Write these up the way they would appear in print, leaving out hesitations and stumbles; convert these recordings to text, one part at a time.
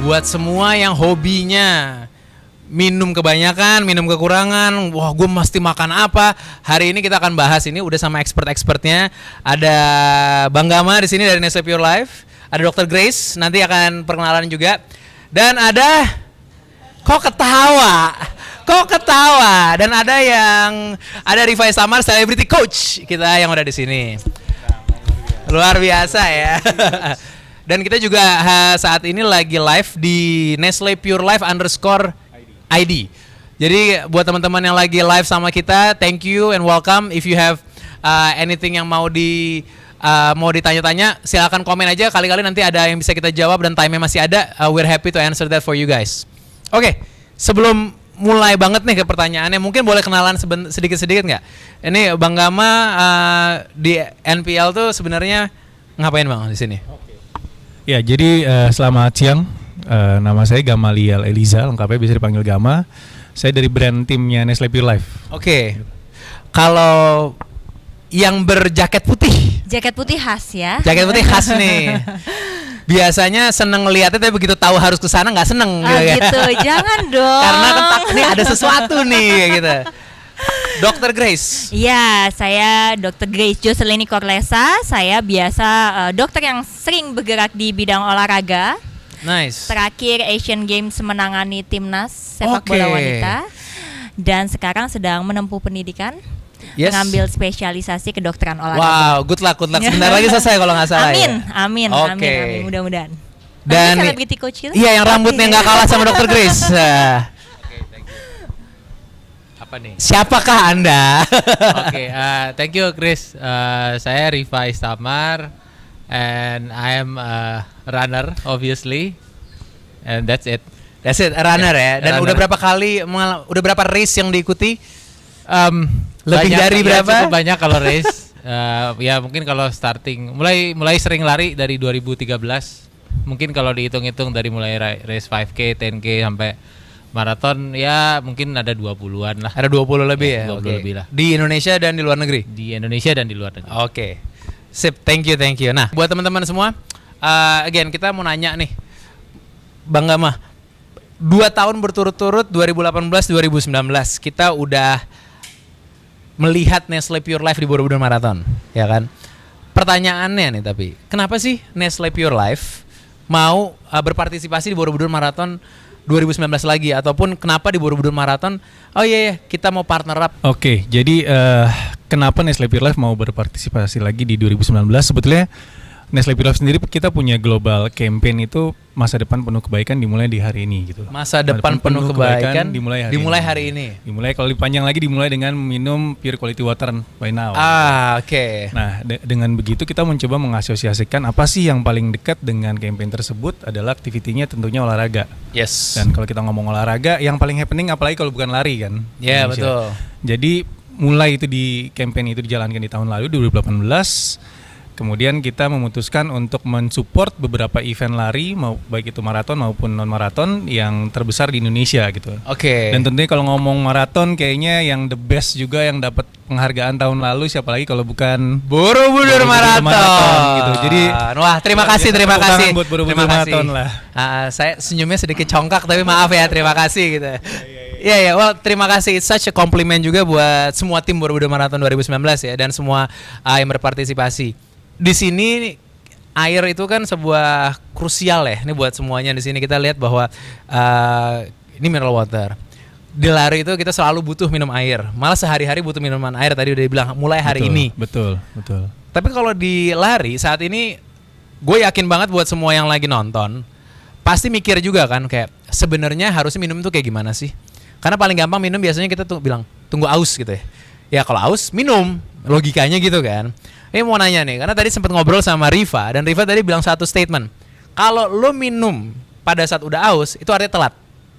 buat semua yang hobinya minum kebanyakan, minum kekurangan, wah gue mesti makan apa? Hari ini kita akan bahas ini udah sama expert-expertnya. Ada Bang Gama di sini dari Nestle Pure Life, ada Dr. Grace nanti akan perkenalan juga, dan ada kok ketawa, dan ada Rifai Samar, celebrity coach kita yang udah di sini. Luar biasa ya. Dan kita juga saat ini lagi live di Nestle Pure Life _ID. Jadi buat teman-teman yang lagi live sama kita, thank you and welcome. If you have anything yang mau ditanya-tanya, silakan komen aja. Kali-kali nanti ada yang bisa kita jawab dan time-nya masih ada. We're happy to answer that for you guys. Oke, sebelum mulai banget nih ke pertanyaannya, mungkin boleh kenalan sedikit-sedikit nggak? Ini Bang Gama di NPL tuh sebenarnya ngapain Bang di sini? Ya, jadi selamat siang. Nama saya Gamaliel Eliza, lengkapnya bisa dipanggil Gama. Saya dari brand timnya Nestle Pure Life. Oke. Kalau yang berjaket putih. Jaket putih khas ya. Jaket putih khas nih. Biasanya seneng ngeliatnya, tapi begitu tahu harus kesana nggak seneng. Gitu, jangan dong. Karena kan nih ada sesuatu nih gitu. Dr. Grace. Iya, saya Dr. Grace Jocelyn Corlesa. Saya biasa dokter yang sering bergerak di bidang olahraga. Nice. Terakhir Asian Games menangani timnas sepak bola wanita. Dan sekarang sedang menempuh pendidikan. Yes. Mengambil spesialisasi kedokteran olahraga. Wow, good luck. Sebentar lagi selesai kalau nggak salah. Amin, ya? amin, mudah-mudahan. Dan celebrity coach kita? Iya, yang rambutnya nggak kalah sama Dr. Grace. Apa nih? Siapakah Anda? Thank you Chris. Saya Rifai Samar and I am a runner obviously, and that's it. That's it, a runner ya. Dan runner. udah berapa race yang diikuti? Lebih Banyak, dari berapa? Cukup banyak kalau race. Ya mungkin kalau starting mulai sering lari dari 2013. Mungkin kalau dihitung-hitung dari mulai race 5K, 10K sampai maraton ya mungkin ada 20-an lah. Ada 20 lebih ya? 20 lebih lah. Di Indonesia dan di luar negeri? Di Indonesia dan di luar negeri. Oke. Sip, thank you. Nah, buat teman-teman semua, again kita mau nanya nih, Bang Gama, 2 tahun berturut-turut 2018-2019 kita udah melihat Nestle Pure Life di Borobudur Marathon, ya kan? Pertanyaannya nih tapi, kenapa sih Nestle Pure Life mau berpartisipasi di Borobudur Marathon 2019 lagi, ataupun kenapa di Borobudur Marathon? Oh iya, kita mau partner up. Oke, jadi kenapa Nestle Pure Life mau berpartisipasi lagi di 2019? Sebetulnya Nestle Pure Life sendiri kita punya global campaign itu masa depan penuh kebaikan dimulai di hari ini gitu. Masa depan penuh kebaikan dimulai hari ini. Dimulai kalau dipanjang lagi dimulai dengan minum pure quality water by now. Oke. Nah, dengan begitu kita mencoba mengasosiasikan apa sih yang paling dekat dengan campaign tersebut adalah aktivitinya tentunya olahraga. Yes. Dan kalau kita ngomong olahraga, yang paling happening apalagi kalau bukan lari kan. Ya, betul. Jadi mulai itu di campaign itu dijalankan di tahun lalu 2018. Kemudian kita memutuskan untuk mensupport beberapa event lari, baik itu maraton maupun non maraton yang terbesar di Indonesia gitu. Oke. Dan tentunya kalau ngomong maraton, kayaknya yang the best juga yang dapat penghargaan tahun lalu siapa lagi kalau bukan Borobudur Marathon gitu. Jadi wah, terima kasih buat Borobudur Marathon lah. Saya senyumnya sedikit congkak tapi maaf ya, terima kasih gitu. Iya, well terima kasih. It's such a compliment juga buat semua tim Borobudur Marathon 2019 ya, dan semua yang berpartisipasi. Di sini air itu kan sebuah krusial ya. Ini buat semuanya di sini kita lihat bahwa ini mineral water. Di lari itu kita selalu butuh minum air. Malah sehari-hari butuh minuman air. Tadi udah dibilang mulai hari ini. Betul. Tapi kalau di lari saat ini, gue yakin banget buat semua yang lagi nonton pasti mikir juga kan kayak sebenarnya harusnya minum itu kayak gimana sih? Karena paling gampang minum biasanya kita tuh bilang tunggu aus gitu ya. Ya kalau aus minum, logikanya gitu kan. Ini mau nanya nih, karena tadi sempat ngobrol sama Riva, dan Riva tadi bilang satu statement. Kalau lo minum pada saat udah aus, itu artinya telat.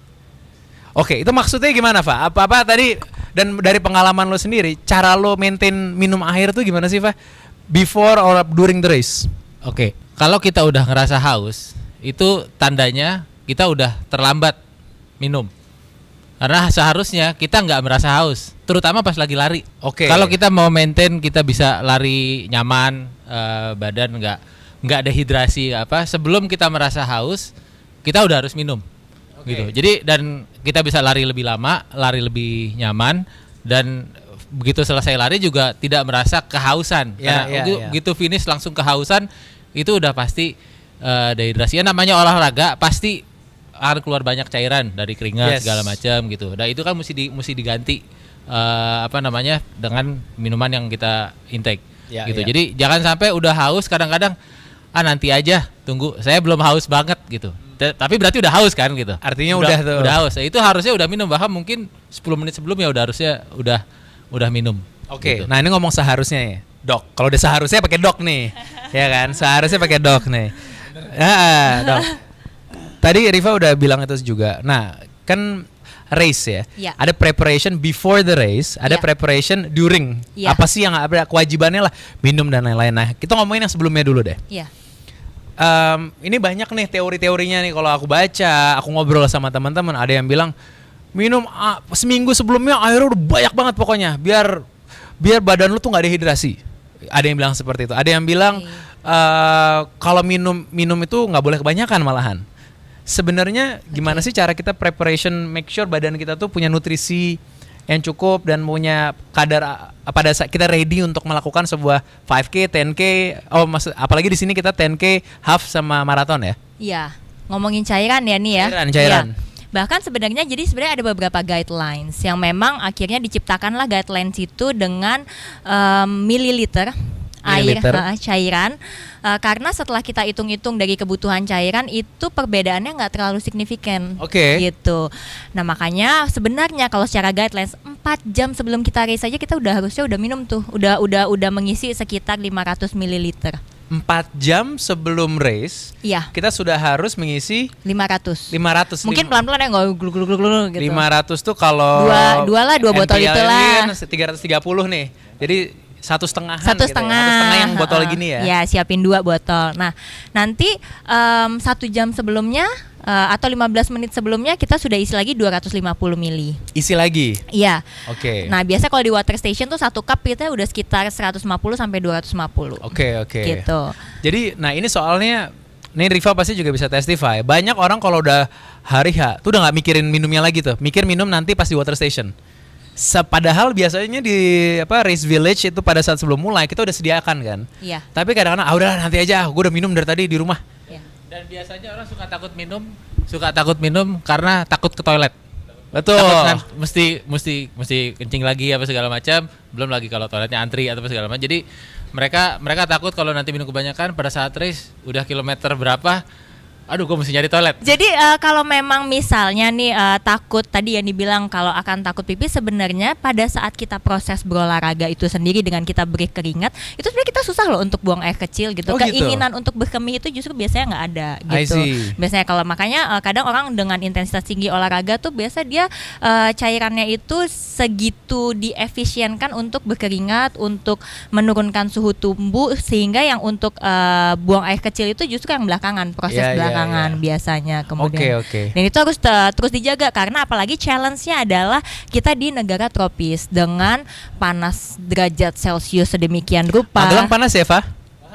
Oke, itu maksudnya gimana, Fa? Apa tadi, dan dari pengalaman lo sendiri, cara lo maintain minum air tuh gimana sih, Fa? Before or during the race? Oke, kalau kita udah ngerasa haus, itu tandanya kita udah terlambat minum. Karena seharusnya kita nggak merasa haus, terutama pas lagi lari. Oke. Kalau kita mau maintain, kita bisa lari nyaman, badan nggak dehidrasi apa. Sebelum kita merasa haus, kita udah harus minum. Oke. Gitu. Jadi dan kita bisa lari lebih lama, lari lebih nyaman, dan begitu selesai lari juga tidak merasa kehausan. Ya, Karena ya. begitu finish langsung kehausan, itu udah pasti dehidrasi. Ya, namanya olahraga pasti akan keluar banyak cairan dari keringat Yes. segala macam gitu. Dan itu kan mesti diganti dengan minuman yang kita intake. Ya, gitu. ya. Jadi jangan sampai udah haus kadang-kadang nanti aja, tunggu. Saya belum haus banget gitu. Tapi berarti udah haus kan gitu. Artinya udah tuh. Udah haus. Itu harusnya udah minum, bahkan mungkin 10 menit sebelumnya udah minum. Oke, Gitu. nah ini ngomong seharusnya ya, dok. Kalau udah seharusnya pakai dok nih, ya kan? Seharusnya pakai dok nih. Dok. Tadi Riva udah bilang itu juga. Nah, kan race ya. Ya. Ada preparation before the race, ada Ya. preparation during. Ya. Apa sih yang ada kewajibannya lah, minum dan lain-lain. Nah, kita ngomongin yang sebelumnya dulu deh. Iya. Ini banyak nih teori-teorinya nih kalau aku baca, aku ngobrol sama teman-teman, ada yang bilang minum seminggu sebelumnya airnya udah banyak banget pokoknya biar badan lu tuh nggak dehidrasi. Ada yang bilang seperti itu. Ada yang bilang kalau minum itu nggak boleh kebanyakan malahan. Sebenarnya gimana sih cara kita preparation make sure badan kita tuh punya nutrisi yang cukup dan punya kadar pada saat kita ready untuk melakukan sebuah 5K, 10K, apalagi di sini kita 10K, half sama maraton ya. Iya, ngomongin cairan ya nih ya. Cairan. Iya. Bahkan sebenarnya ada beberapa guidelines yang memang akhirnya diciptakanlah guidelines itu dengan mililiter air cairan. Karena setelah kita hitung-hitung dari kebutuhan cairan itu perbedaannya nggak terlalu signifikan. Oke. Gitu. Nah makanya sebenarnya kalau secara guidelines 4 jam sebelum kita race aja kita harusnya udah minum tuh, udah mengisi sekitar 500 ml. 4 jam sebelum race, Iya. kita sudah harus mengisi 500. 500. Mungkin pelan-pelan ya nggak gluk gitu. 500 tuh kalau dua botol NPL itulah. ini kan 330 nih. Jadi 1,5 Satu gitu setengah, ya. 1,5 yang botol gini ya. Ya siapin 2 botol. Nah nanti 1 jam sebelumnya atau 15 menit sebelumnya kita sudah isi lagi 250 mili. Isi lagi. Iya. Oke. Nah biasa kalau di water station tuh 1 cup kita udah sekitar 150 sampai 250. Oke. Gitu. Jadi nah ini soalnya nih Riva pasti juga bisa testify. Banyak orang kalau udah hari H tuh udah nggak mikirin minumnya lagi tuh. Mikir minum nanti pas di water station. Padahal biasanya di race village itu pada saat sebelum mulai kita udah sediakan kan. Iya. Tapi kadang-kadang udah nanti aja, gue udah minum dari tadi di rumah. Iya. Dan biasanya orang suka takut minum karena takut ke toilet. Betul. Takut mesti kencing lagi apa segala macam, belum lagi kalau toiletnya antri atau segala macam. Jadi mereka takut kalau nanti minum kebanyakan pada saat race udah kilometer berapa, aduh gue mesti nyari toilet. Jadi kalau memang misalnya nih takut tadi yang dibilang kalau akan takut pipis, sebenarnya pada saat kita proses berolahraga itu sendiri dengan kita beri keringat itu sebenarnya kita susah loh untuk buang air kecil gitu. Oh, gitu. Keinginan untuk berkemih itu justru biasanya nggak ada I gitu. see. Biasanya kalau makanya kadang orang dengan intensitas tinggi olahraga tuh biasa dia cairannya itu segitu diefisienkan untuk berkeringat, untuk menurunkan suhu tubuh sehingga yang untuk buang air kecil itu justru yang belakangan, proses Ya, ya, belakangan ya. biasanya kemudian. Oke. Dan itu harus terus dijaga karena apalagi challenge-nya adalah kita di negara tropis dengan panas derajat Celcius sedemikian rupa. Magelang panas ya, Fa?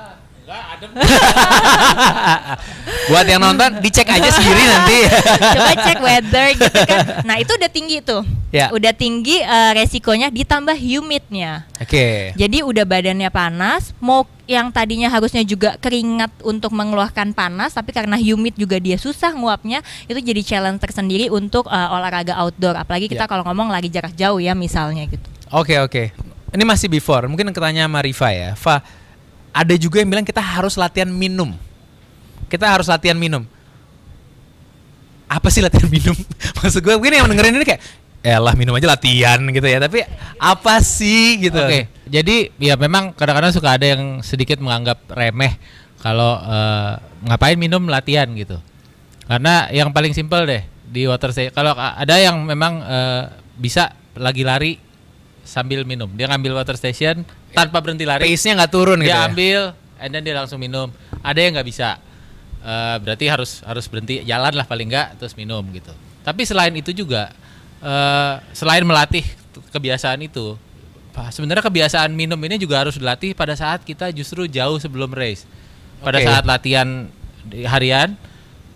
Buat yang nonton dicek aja sendiri nanti. Coba cek weather gitu kan. Nah, itu udah tinggi tuh. Ya. Udah tinggi resikonya ditambah humidnya. Oke. Jadi udah badannya panas, mau yang tadinya harusnya juga keringat untuk mengeluarkan panas, tapi karena humid juga dia susah nguapnya, itu jadi challenge tersendiri untuk olahraga outdoor. Apalagi kita Ya. kalau ngomong lari jarak jauh ya misalnya gitu. Oke. Ini masih before. Mungkin ketanya sama Riva ya. Fa, ada juga yang bilang kita harus latihan minum. Kita harus latihan minum. Apa sih latihan minum? Maksud gue mungkin yang dengerin ini kayak lah minum aja latihan gitu ya. Tapi apa sih gitu? Oke, jadi ya memang kadang-kadang suka ada yang sedikit menganggap remeh kalau ngapain minum latihan gitu. Karena yang paling simpel deh di water station, kalau ada yang memang bisa lagi lari sambil minum, dia ngambil water station tanpa berhenti lari, Pace-nya nggak turun gitu dia ya? ambil, and then dia langsung minum. Ada yang nggak bisa, berarti harus berhenti jalan lah paling nggak, terus minum gitu. Tapi selain itu juga, selain melatih kebiasaan itu, sebenarnya kebiasaan minum ini juga harus dilatih pada saat kita justru jauh sebelum race. Pada Oke. saat latihan harian,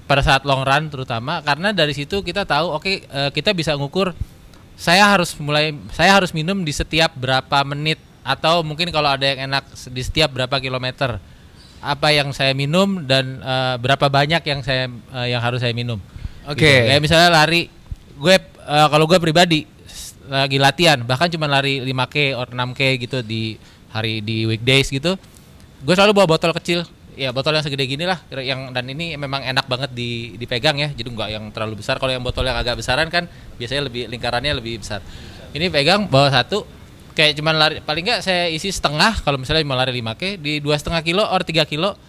pada saat long run terutama, karena dari situ kita tahu kita bisa ngukur saya harus minum di setiap berapa menit, atau mungkin kalau ada yang enak di setiap berapa kilometer apa yang saya minum, dan berapa banyak yang harus saya minum. Oke. Gitu. Kayak misalnya lari, kalau gue pribadi lagi latihan bahkan cuma lari 5K atau 6K gitu di weekdays gitu, gue selalu bawa botol kecil. Ya botol yang segede gini lah, dan ini memang enak banget dipegang ya, jadi nggak yang terlalu besar. Kalau yang botol yang agak besaran kan biasanya lingkarannya lebih besar. Ini pegang bawa satu, kayak cuman lari, paling nggak saya isi setengah. Kalau misalnya mau lari 5K di 2,5 kilo atau 3 kilo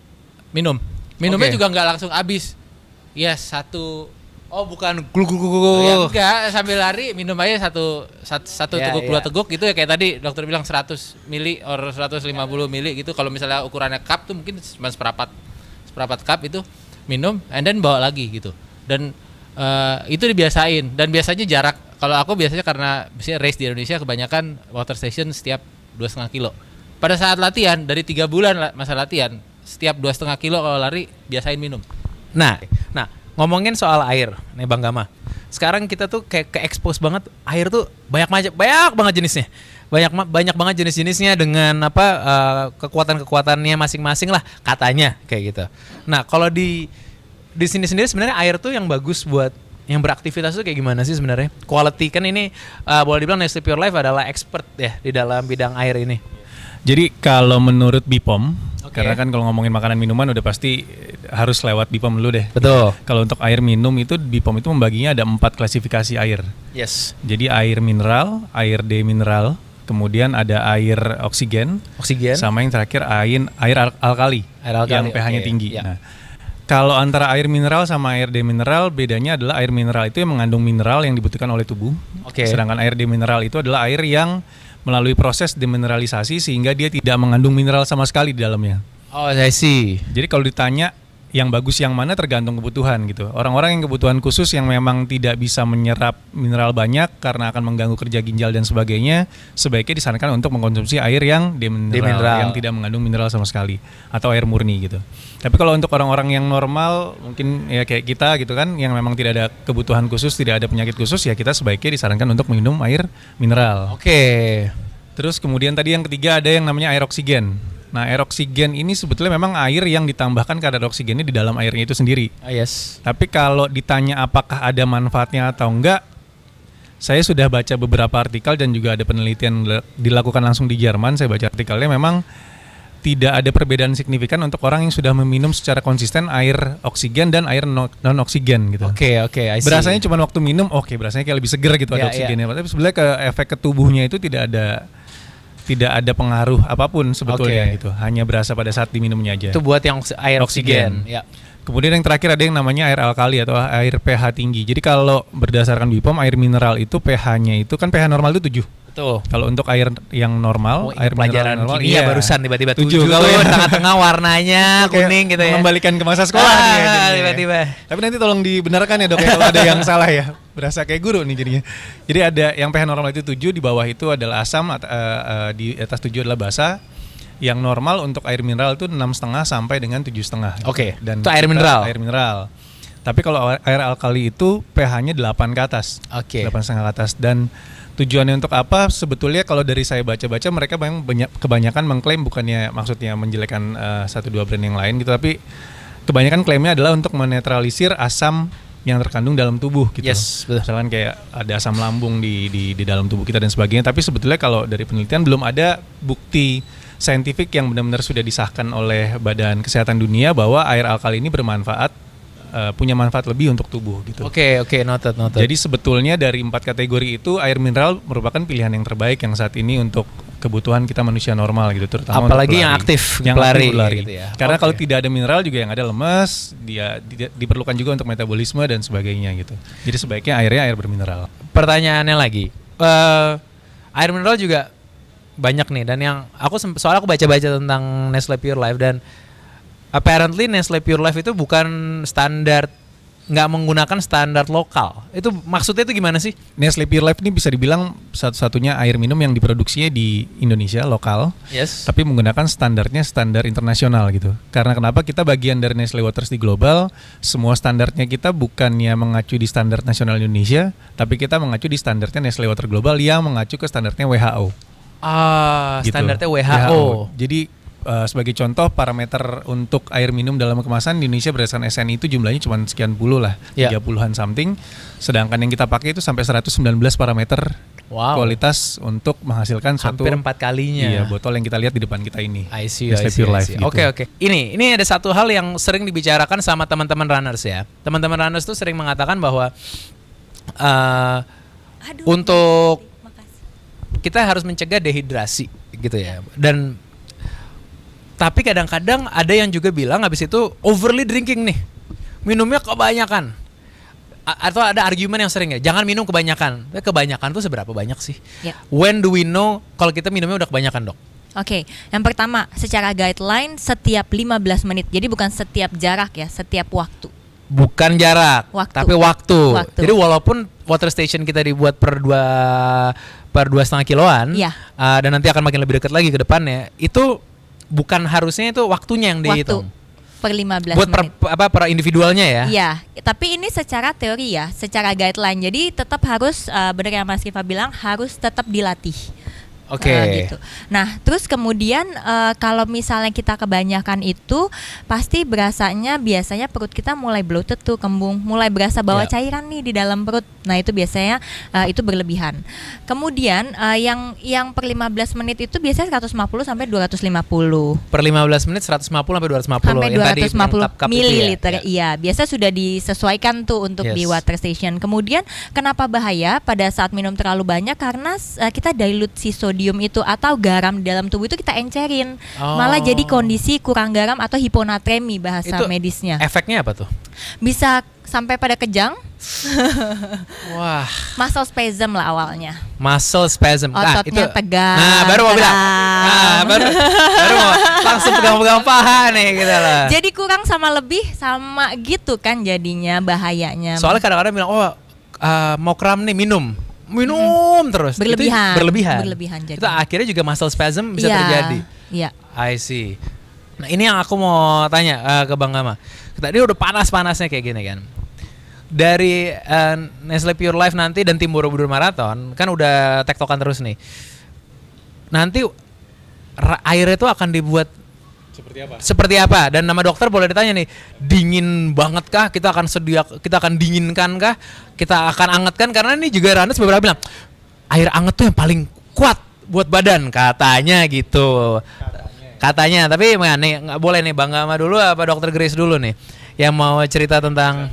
minumnya juga nggak langsung habis. Ya satu. Oh bukan Ya, enggak, sambil lari minum aja satu teguk, dua teguk gitu ya, kayak tadi dokter bilang 100 mili or 150 mili gitu. Kalau misalnya ukurannya cup tuh mungkin cuma seperempat cup itu minum and then bawa lagi gitu. Dan itu dibiasain, dan biasanya jarak, kalau aku biasanya karena biasanya race di Indonesia kebanyakan water station setiap 2,5 kilo. Pada saat latihan dari 3 bulan masa latihan, setiap 2,5 kilo kalau lari biasain minum. Nah, ngomongin soal air nih Bang Gama. Sekarang kita tuh kayak ke-expose banget, air tuh banyak banget jenisnya. Banyak banget jenis-jenisnya dengan kekuatan-kekuatannya masing-masing lah katanya kayak gitu. Nah, kalau di sini sendiri sebenarnya air tuh yang bagus buat yang beraktivitas tuh kayak gimana sih sebenarnya? Quality kan ini boleh dibilang Nestle Pure Life adalah expert ya di dalam bidang air ini. Jadi kalau menurut BPOM, karena kan kalau ngomongin makanan minuman udah pasti harus lewat BPOM dulu deh. Betul. Kalau untuk air minum itu BPOM itu membaginya ada 4 klasifikasi air. Yes. Jadi air mineral, air demineral, kemudian ada air oksigen, sama yang terakhir air alkali yang pH-nya tinggi. Ya. Nah, kalau antara air mineral sama air demineral, bedanya adalah air mineral itu yang mengandung mineral yang dibutuhkan oleh tubuh. Sedangkan air demineral itu adalah air yang melalui proses demineralisasi sehingga dia tidak mengandung mineral sama sekali di dalamnya. Oh, I see. Jadi kalau ditanya yang bagus yang mana tergantung kebutuhan gitu. Orang-orang yang kebutuhan khusus yang memang tidak bisa menyerap mineral banyak karena akan mengganggu kerja ginjal dan sebagainya, sebaiknya disarankan untuk mengkonsumsi air yang demineral yang tidak mengandung mineral sama sekali, atau air murni gitu. Tapi kalau untuk orang-orang yang normal, mungkin ya kayak kita gitu kan, yang memang tidak ada kebutuhan khusus, tidak ada penyakit khusus, ya kita sebaiknya disarankan untuk minum air mineral. Terus kemudian tadi yang ketiga ada yang namanya air oksigen. Nah, air oksigen ini sebetulnya memang air yang ditambahkan kadar oksigennya di dalam airnya itu sendiri. Yes. Tapi kalau ditanya apakah ada manfaatnya atau enggak, saya sudah baca beberapa artikel dan juga ada penelitian dilakukan langsung di Jerman. Saya baca artikelnya, memang tidak ada perbedaan signifikan untuk orang yang sudah meminum secara konsisten air oksigen dan air non oksigen gitu. Oke, berasanya cuma waktu minum, berasanya kayak lebih seger gitu, ada oksigennya. Tapi sebenarnya efek ke tubuhnya itu tidak ada pengaruh apapun sebetulnya gitu. Hanya berasa pada saat diminumnya aja. Itu buat yang air oksigen. Ya. Kemudian yang terakhir ada yang namanya air alkali atau air pH tinggi. Jadi kalau berdasarkan BPOM, air mineral itu pH-nya itu kan pH normal itu 7. Betul. Kalau untuk air yang normal, air pelajaran mineral normal, kimia barusan tiba-tiba 7 tuh tengah-tengah warnanya kuning gitu ya. Mengembalikan ke masa sekolah tiba-tiba. Tapi nanti tolong dibenarkan ya, Dok, ya, kalau ada yang salah ya. Berasa kayak guru nih jadinya. Jadi ada yang pH normal itu 7, di bawah itu adalah asam, di atas 7 adalah basa. Yang normal untuk air mineral itu 6,5 sampai dengan 7,5. Dan itu air mineral. Air mineral. Tapi kalau air alkali itu pH-nya 8 ke atas. 8,5 ke atas. Dan tujuannya untuk apa? Sebetulnya kalau dari saya baca-baca, mereka memang kebanyakan mengklaim, bukannya maksudnya menjelekkan 1-2 brand yang lain gitu, tapi kebanyakan klaimnya adalah untuk menetralisir asam yang terkandung dalam tubuh gitu. Yes, betul. Misalkan kayak ada asam lambung di dalam tubuh kita dan sebagainya. Tapi sebetulnya kalau dari penelitian belum ada bukti saintifik yang benar-benar sudah disahkan oleh Badan Kesehatan Dunia bahwa air alkali ini bermanfaat, punya manfaat lebih untuk tubuh gitu. Oke, noted. Jadi sebetulnya dari 4 kategori itu air mineral merupakan pilihan yang terbaik yang saat ini untuk kebutuhan kita manusia normal gitu, terutama apalagi yang aktif pelari gitu ya. Karena kalau tidak ada mineral juga yang ada lemas, dia diperlukan juga untuk metabolisme dan sebagainya gitu. Jadi sebaiknya airnya air bermineral. Pertanyaannya lagi, air mineral juga banyak nih, dan yang soalnya aku baca-baca tentang Nestle Pure Life, dan apparently Nestle Pure Life itu bukan standar nggak menggunakan standar lokal. Itu maksudnya itu gimana sih? Nestle Pure Life ini bisa dibilang satu-satunya air minum yang diproduksinya di Indonesia lokal, Yes. tapi menggunakan standarnya standar internasional gitu. Karena kenapa kita bagian dari Nestle Waters di global, semua standarnya kita bukannya mengacu di standar nasional Indonesia, tapi kita mengacu di standarnya Nestle Water Global yang mengacu ke standarnya WHO. Gitu. Standarnya WHO. Jadi sebagai contoh parameter untuk air minum dalam kemasan di Indonesia berdasarkan SNI itu jumlahnya cuma sekian puluh lah, 30-an something. Sedangkan yang kita pakai itu sampai 119 parameter kualitas untuk menghasilkan suatu hampir 4 kalinya. Iya, botol yang kita lihat di depan kita ini. I see. Nestle Pure Life gitu. Oke. Ini ada satu hal yang sering dibicarakan sama teman-teman runners ya. Teman-teman runners tuh sering mengatakan bahwa untuk kita harus mencegah dehidrasi gitu ya. Dan tapi kadang-kadang ada yang juga bilang habis itu overly drinking nih. Minumnya kebanyakan. Atau ada argumen yang sering ya, jangan minum kebanyakan. Kebanyakan tuh seberapa banyak sih? Ya. When do we know kalau kita minumnya udah kebanyakan, Dok? Oke, yang pertama secara guideline setiap 15 menit. Jadi bukan setiap jarak ya, setiap waktu. Bukan jarak, tapi waktu. Jadi walaupun water station kita dibuat per 2,5 kiloan, dan nanti akan makin lebih dekat lagi ke depannya, itu bukan harusnya itu waktunya yang dihitung. Per 15 buat menit. per individualnya ya? Iya, tapi ini secara teori ya, secara guideline. Jadi tetap harus, benar yang Mas Kifa bilang, harus tetap dilatih. Oke. Gitu. Nah, terus kemudian kalau misalnya kita kebanyakan itu pasti berasanya biasanya perut kita mulai bloated tuh, kembung, mulai berasa bawa cairan nih di dalam perut. Nah, itu biasanya itu berlebihan. Kemudian yang per 15 menit itu biasanya 150 sampai 250. Per 15 menit 150 sampai 250. Sampai 250 Ya. mililiter. Iya, biasa sudah disesuaikan tuh untuk di water station. Kemudian kenapa bahaya pada saat minum terlalu banyak? Karena kita dilute si sodium itu atau garam di dalam tubuh itu kita encerin. Malah jadi kondisi kurang garam atau hiponatremi bahasa itu medisnya. Efeknya apa tuh? Bisa sampai pada kejang. Wah. Muscle spasm lah awalnya. Muscle spasm. Ototnya tegang. Nah, baru mau bilang. Baru mau langsung pegang-pegang paha nih gitu loh. Jadi kurang sama lebih sama gitu kan jadinya bahayanya. Soalnya kadang-kadang bilang, mau kram nih minum terus. Berlebihan jadi. Itu akhirnya juga muscle spasm bisa terjadi. Iya. I see. Nah, ini yang aku mau tanya ke Bang Gama. Tadi udah panas-panasnya kayak gini kan. Dari Nestle Pure Life nanti dan tim Borobudur Marathon kan udah tektokan terus nih. Nanti air itu akan dibuat seperti apa? Dan nama dokter boleh ditanya nih, dingin banget kah? Kita akan dinginkan kah? Kita akan angetkan? Karena ini juga runners beberapa bilang air anget tuh yang paling kuat buat badan katanya gitu. Katanya. Tapi nih nggak boleh nih Bang Gama dulu apa Dokter Grace dulu nih yang mau cerita tentang.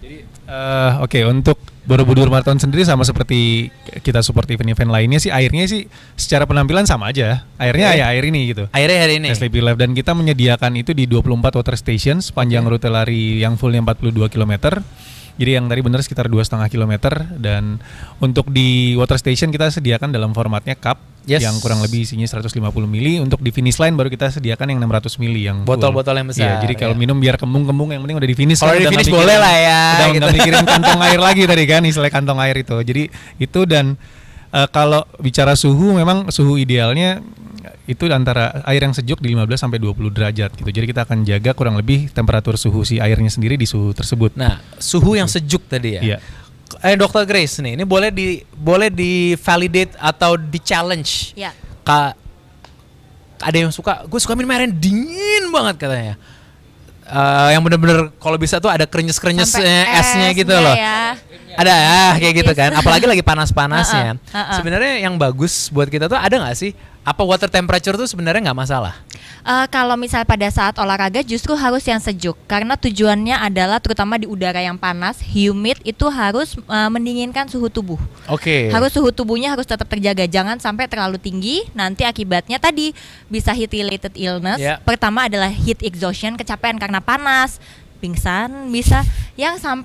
Oke, untuk Borobudur Marathon sendiri sama seperti kita support event-event lainnya sih, airnya sih secara penampilan sama aja. Airnya air ini gitu. Airnya hari ini. Nestle Pure Life, dan kita menyediakan itu di 24 water station sepanjang rute lari yang fullnya 42 km. Jadi yang tadi benar sekitar 2,5 km, dan untuk di water station kita sediakan dalam formatnya cup yang kurang lebih isinya 150 ml. Untuk di finish line baru kita sediakan yang 600 ml yang botol-botol yang besar. Iya, jadi kalau minum biar kembung-kembung, yang penting udah di finish. Kalau di finish boleh lah ya. Udah nggak mikirin kantong air lagi tadi kan, istilah kantong air itu. Jadi itu, dan kalau bicara suhu, memang suhu idealnya itu antara air yang sejuk di 15 sampai 20 derajat gitu. Jadi kita akan jaga kurang lebih temperatur suhu si airnya sendiri di suhu tersebut. Nah, suhu yang sejuk tadi ya. Iya. Dr. Grace nih, ini boleh di validate atau di challenge. Iya. Ada yang gue suka minum air yang dingin banget katanya. Yang bener-bener kalau bisa tuh ada krenyes-krenyes esnya gitu loh. Ya. Ada kayak gitu kan. Apalagi lagi panas-panasnya. Sebenarnya yang bagus buat kita tuh ada nggak sih? Apa water temperature tuh sebenarnya nggak masalah? Kalau misal pada saat olahraga justru harus yang sejuk, karena tujuannya adalah terutama di udara yang panas, humid, itu harus mendinginkan suhu tubuh. Oke. Harus suhu tubuhnya harus tetap terjaga, jangan sampai terlalu tinggi. Nanti akibatnya tadi bisa heat related illness. Pertama adalah heat exhaustion, kecapean karena panas, pingsan bisa, yang sampai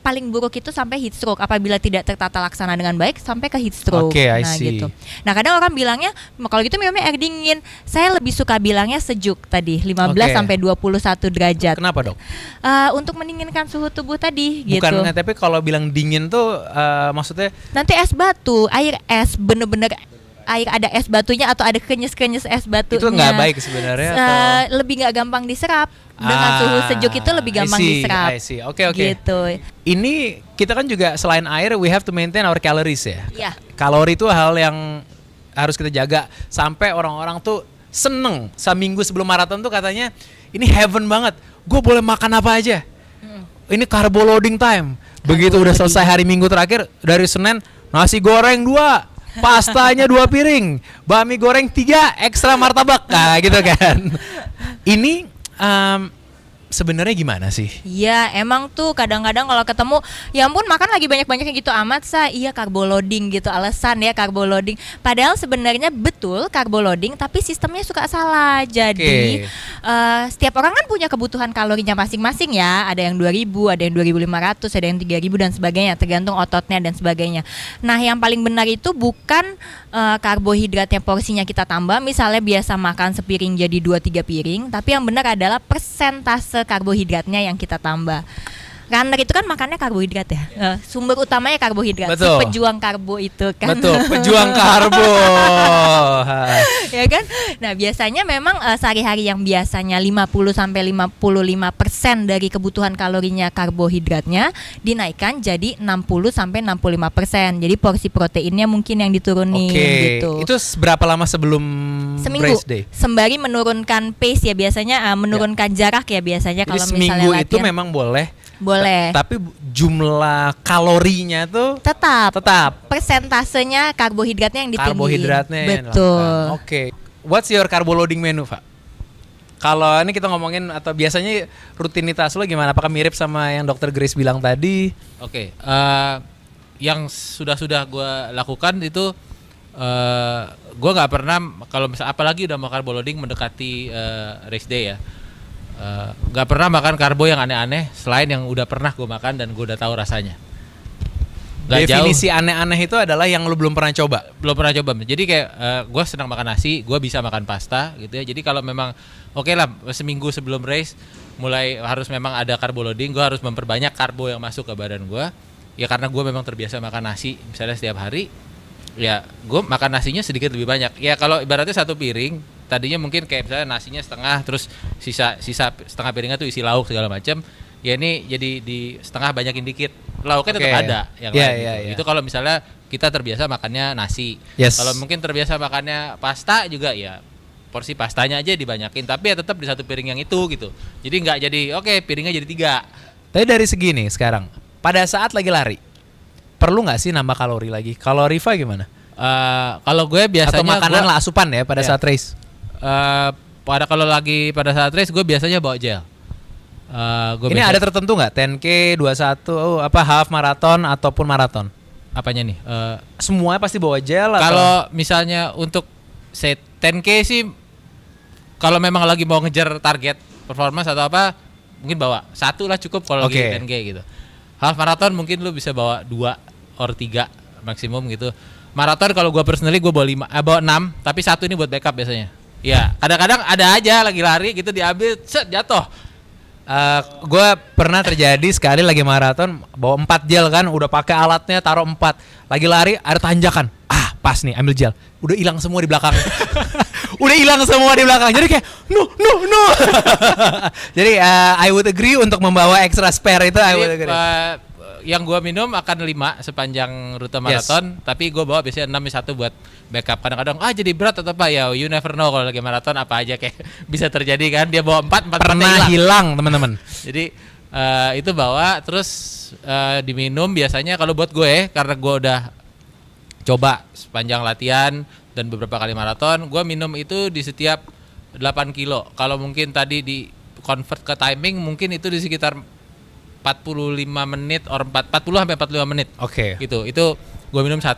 paling buruk itu sampai heat stroke. Apabila tidak tertata laksana dengan baik sampai ke heat stroke. Oke, I Nah see. gitu. Nah kadang orang bilangnya kalau gitu minumnya air dingin. Saya lebih suka bilangnya sejuk tadi 15 Oke. sampai 21 derajat. Kenapa dok? Untuk mendinginkan suhu tubuh tadi Bukan, gitu. tapi kalau bilang dingin tuh maksudnya Nanti es batu, air es bener-bener air ada es batunya atau ada kenyes-kenyes es batunya. itu nggak baik sebenarnya atau? Lebih nggak gampang diserap. Dengan suhu sejuk itu lebih gampang diserap. I see. Oke. Gitu. Ini kita kan juga selain air, we have to maintain our calories ya. Iya. Kalori itu hal yang harus kita jaga. Sampai orang-orang tuh seneng seminggu sebelum maraton tuh katanya ini heaven banget. Gue boleh makan apa aja. Ini carbo loading time. Begitu udah selesai hari Minggu terakhir, dari Senin nasi goreng 2, pastanya 2 piring, bami goreng 3, ekstra martabak, nah gitu kan. Ini sebenarnya gimana sih? Iya, emang tuh kadang-kadang kalau ketemu, ya ampun makan lagi banyak-banyaknya gitu amat iya carbo loading gitu, alasan ya carbo loading. Padahal sebenarnya betul carbo loading, tapi sistemnya suka salah. Jadi setiap orang kan punya kebutuhan kalorinya masing-masing ya. Ada yang 2000, ada yang 2500, ada yang 3000 dan sebagainya, tergantung ototnya dan sebagainya. Nah, yang paling benar itu bukan karbohidratnya porsinya kita tambah, misalnya biasa makan sepiring jadi 2-3 piring, tapi yang benar adalah persentase karbohidratnya yang kita tambah. Runner itu kan makannya karbohidrat ya, sumber utamanya karbohidrat. Betul. Si pejuang karbo itu kan. Betul, pejuang karbo. Ya kan? Nah, biasanya memang sehari-hari yang biasanya 50 sampai 55% dari kebutuhan kalorinya karbohidratnya dinaikkan jadi 60 sampai 65%. Jadi porsi proteinnya mungkin yang diturunin gitu. Itu berapa lama sebelum Seminggu. race day? Sembari menurunkan pace ya biasanya, menurunkan jarak ya biasanya. Jadi Kalau seminggu misalnya itu latihan. memang boleh. Boleh. Tapi jumlah kalorinya tuh Tetap persentasenya karbohidratnya yang ditinggiin. karbohidratnya yang Betul. dilakukan. Oke. What's your carbo loading menu, Pak? Kalau ini kita ngomongin atau biasanya rutinitas lo gimana? Apakah mirip sama yang Dr. Grace bilang tadi? Oke, yang sudah gue lakukan itu gue nggak pernah, kalau misalnya apalagi udah mau carbo loading mendekati race day ya, nggak pernah makan karbo yang aneh-aneh selain yang udah pernah gue makan dan gue udah tahu rasanya. Gak Definisi jauh, aneh-aneh itu adalah yang lo belum pernah coba. belum pernah coba. Jadi kayak gue senang makan nasi, gue bisa makan pasta gitu ya. Jadi kalau memang oke lah seminggu sebelum race mulai harus memang ada carbo loading, gue harus memperbanyak karbo yang masuk ke badan gue. Ya karena gue memang terbiasa makan nasi misalnya setiap hari, ya gue makan nasinya sedikit lebih banyak. Ya kalau ibaratnya satu piring, tadinya mungkin kayak misalnya nasinya setengah, terus sisa setengah piringnya tuh isi lauk segala macam. Ya ini jadi di setengah banyakin dikit. Lauknya tetap ada yang lain gitu. Itu kalau misalnya kita terbiasa makannya nasi. Yes. Kalau mungkin terbiasa makannya pasta juga ya porsi pastanya aja dibanyakin, tapi ya tetap di satu piring yang itu gitu. Jadi nggak jadi piringnya jadi 3. Tapi dari segi nih sekarang, pada saat lagi lari, perlu nggak sih nambah kalori lagi? Kalau Riva gimana? Kalau gue biasanya Atau makanan lah asupan ya pada Ya. saat race? Pada saat race gue biasanya bawa gel. Ini ada tertentu nggak? 10K, 21, half marathon ataupun maraton? apanya nih? Semuanya pasti bawa gel atau? Kalau misalnya untuk 10K sih, kalau memang lagi mau ngejar target performance atau apa, mungkin bawa 1 lah cukup kalau lagi 10K gitu. Half marathon mungkin lu bisa bawa 2 or 3 maksimum gitu. Maraton kalau gua personally gua bawa 6, tapi 1 ini buat backup biasanya. Ya, kadang-kadang ada aja lagi lari gitu diambil, set jatuh. Gue pernah terjadi sekali lagi maraton bawa 4 gel kan, udah pakai alatnya taruh 4, lagi lari ada tanjakan, pas nih ambil gel, udah hilang semua di belakang. Udah hilang semua di belakang, jadi kayak no. Jadi I would agree untuk membawa extra spare itu. I would agree. Yang gua minum akan 5 sepanjang rute maraton, tapi gua bawa biasanya 6 1 buat backup. Kadang-kadang jadi berat atau apa ya, you never know kalau lagi maraton apa aja kayak bisa terjadi kan. Dia bawa 4 pernah hilang teman-teman. Jadi itu bawa terus diminum biasanya kalau buat gue, karena gue udah coba sepanjang latihan dan beberapa kali maraton, gue minum itu di setiap 8 kilo. Kalau mungkin tadi di convert ke timing mungkin itu di sekitar 45 menit or 40 sampai 45 menit. Oke. Gitu. Itu gue minum 1.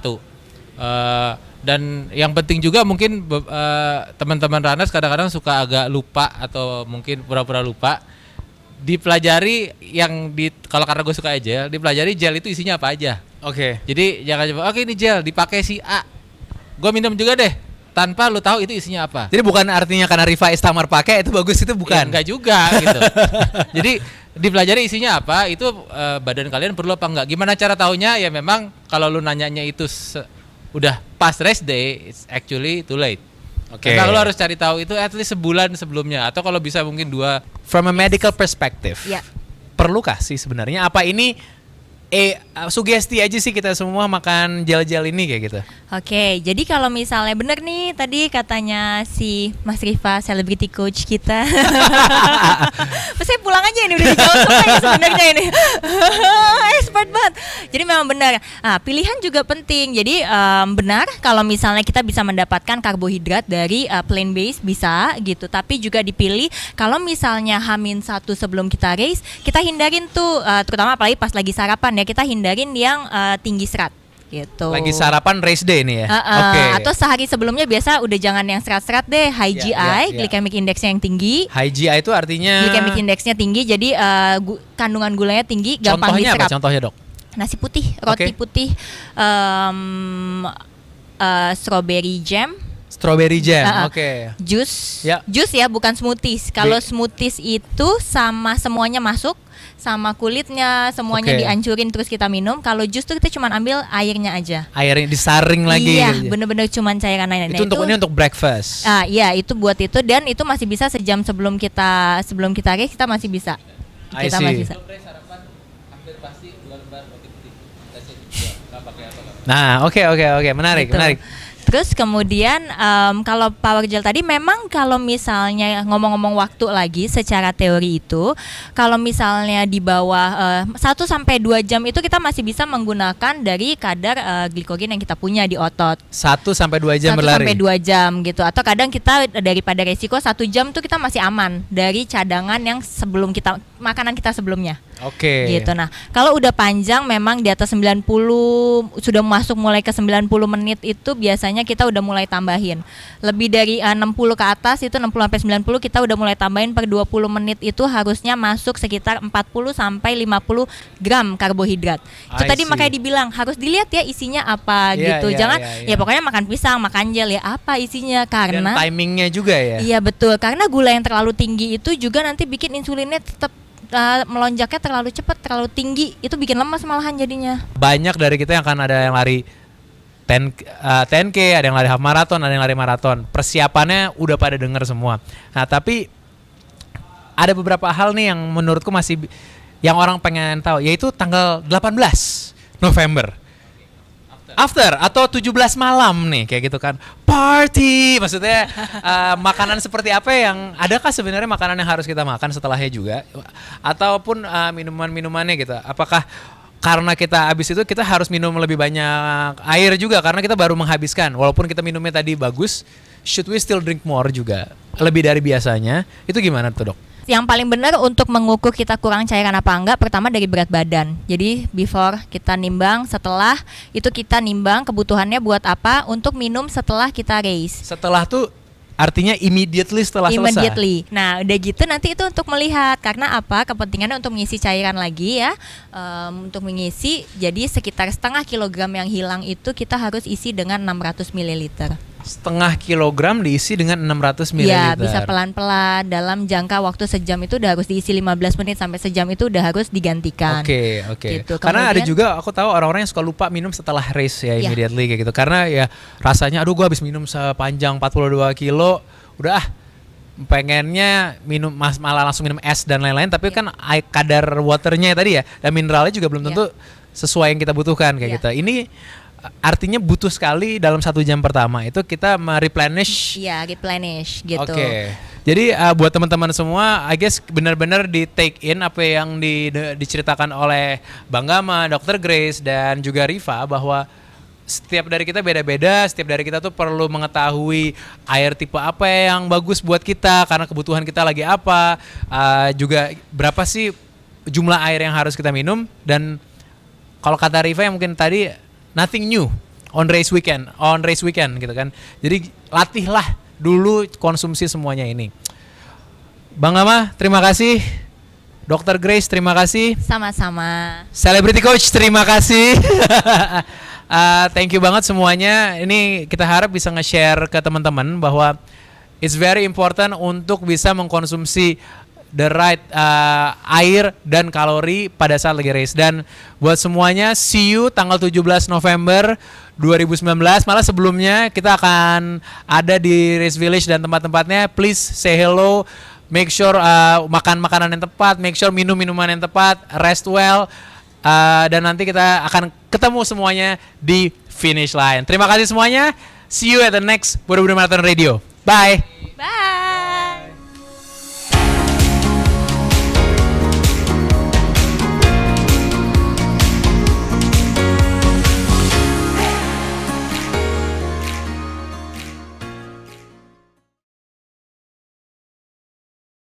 Dan yang penting juga mungkin teman-teman runners kadang-kadang suka agak lupa atau mungkin pura-pura lupa. dipelajari yang kalau karena gue suka gel, dipelajari gel itu isinya apa aja. Oke. Jadi jangan coba oke ini gel dipakai si A. Gue minum juga deh tanpa lu tahu itu isinya apa. Jadi bukan artinya karena Riva Istamar pakai itu bagus, itu bukan. Ya, enggak juga gitu. Jadi dipelajari isinya apa, itu badan kalian perlu apa enggak. Gimana cara taunya? Ya memang kalau lu nanyanya itu udah pas race day, it's actually too late. Oke. Karena lu harus cari tahu itu at least sebulan sebelumnya atau kalau bisa mungkin 2. From a medical perspective. Ya. Perlukah sih sebenarnya apa ini sugesti aja sih kita semua makan gel-gel ini kayak gitu. Oke, jadi kalau misalnya bener nih tadi katanya si Mas Riva, celebrity coach kita. Saya pulang aja ini udah dijawab semua ya sebenarnya ini. Expert banget. Jadi memang benar. Nah, pilihan juga penting. Jadi benar kalau misalnya kita bisa mendapatkan karbohidrat dari plant based bisa gitu. Tapi juga dipilih kalau misalnya H-1 sebelum kita race, kita hindarin tuh terutama apalagi pas lagi sarapan ya, kita hindarin yang tinggi serat gitu. Lagi sarapan race day nih ya. Oke. Atau sehari sebelumnya biasa udah jangan yang serat-serat deh, high GI, glycemic indexnya yang tinggi. High GI itu artinya Glycemic indexnya tinggi, jadi kandungan gulanya tinggi, gampang contohnya diserap. apa contohnya, Dok? Nasi putih, roti putih, strawberry jam. Strawberry jam. Oke. Jus. Ya. Jus ya, bukan smoothies. Kalau smoothies itu sama semuanya masuk, sama kulitnya semuanya dihancurin terus kita minum. Kalau jus tuh kita cuma ambil airnya aja. Airnya disaring lagi. Iya, gitu. bener-bener cuma cairan airnya. Itu untuk ini untuk breakfast. Iya, itu buat itu, dan itu masih bisa sejam sebelum kita race kita masih bisa. Kita masih bisa. Nah, oke, menarik, Gitu. menarik. Terus kemudian kalau power gel tadi memang kalau misalnya ngomong-ngomong waktu lagi secara teori itu, kalau misalnya di bawah 1 sampai 2 jam itu kita masih bisa menggunakan dari kadar glikogen yang kita punya di otot. 1 sampai 2 jam 1 berlari. sampai 2 jam gitu. Atau kadang kita daripada resiko 1 jam tuh kita masih aman dari cadangan yang sebelum kita makanan kita sebelumnya. Oke. Gitu. Nah, kalau udah panjang memang di atas 90 sudah masuk mulai ke 90 menit itu biasanya kita udah mulai tambahin. Lebih dari 60 ke atas itu 60 sampai 90 kita udah mulai tambahin per 20 menit itu harusnya masuk sekitar 40 sampai 50 gram karbohidrat. Itu tadi makanya dibilang harus dilihat ya isinya apa gitu. Jangan ya pokoknya makan pisang, makan gel ya apa isinya karena dan timingnya juga ya. Iya betul, karena gula yang terlalu tinggi itu juga nanti bikin insulinnya tetap melonjaknya terlalu cepat, terlalu tinggi, itu bikin lemas malahan jadinya. Banyak dari kita yang akan ada yang lari 10K, ada yang lari half marathon, ada yang lari maraton. Persiapannya udah pada denger semua. Nah, tapi ada beberapa hal nih yang menurutku masih yang orang pengen tahu, yaitu tanggal 18 November. After atau 17 malam nih kayak gitu kan. Party, maksudnya makanan seperti apa yang adakah sebenarnya makanan yang harus kita makan setelahnya juga ataupun minuman-minumannya gitu. Apakah karena kita habis itu kita harus minum lebih banyak air juga karena kita baru menghabiskan. Walaupun kita minumnya tadi bagus, should we still drink more juga? Lebih dari biasanya. Itu gimana tuh, Dok? Yang paling benar untuk mengukur kita kurang cairan apa enggak, pertama dari berat badan. Jadi before kita nimbang, setelah itu kita nimbang kebutuhannya buat apa untuk minum setelah kita race. Setelah tuh artinya immediately setelah selesai. Nah udah gitu nanti itu untuk melihat karena apa kepentingannya untuk mengisi cairan lagi ya, untuk mengisi. Jadi sekitar setengah kilogram yang hilang itu kita harus isi dengan 600 ml. Setengah kilogram diisi dengan 600 ml. Iya, bisa pelan-pelan dalam jangka waktu sejam itu udah harus diisi 15 menit sampai sejam itu udah harus digantikan. Oke. Gitu. Karena ada juga aku tahu orang-orang yang suka lupa minum setelah race ya immediately kayak gitu. Karena ya rasanya aduh gua habis minum sepanjang 42 kilo, udah pengennya minum malah langsung minum es dan lain-lain, tapi kan kadar waternya tadi ya dan mineralnya juga belum tentu sesuai yang kita butuhkan kayak gitu. Ini artinya butuh sekali dalam 1 jam pertama itu kita mereplenish. Iya, replenish gitu. Oke. Jadi buat teman-teman semua, I guess benar-benar di take in apa yang diceritakan oleh Bang Gama, Dr. Grace dan juga Riva bahwa setiap dari kita beda-beda, setiap dari kita tuh perlu mengetahui air tipe apa yang bagus buat kita karena kebutuhan kita lagi apa, juga berapa sih jumlah air yang harus kita minum dan kalau kata Riva yang mungkin tadi nothing new on race weekend gitu kan. Jadi latihlah dulu konsumsi semuanya ini. Bang Gama, terima kasih. Dr. Grace, terima kasih. Sama-sama. Celebrity Coach, terima kasih. Thank you banget semuanya. Ini kita harap bisa nge-share ke teman-teman bahwa it's very important untuk bisa mengkonsumsi the right air dan kalori pada saat lagi race. Dan buat semuanya, see you tanggal 17 November 2019. Malah sebelumnya kita akan ada di Race Village dan tempat-tempatnya. Please say hello. Make sure makan makanan yang tepat, make sure minum minuman yang tepat, rest well, dan nanti kita akan ketemu semuanya di finish line. Terima kasih semuanya. See you at the next Borobudur Marathon Radio. Bye.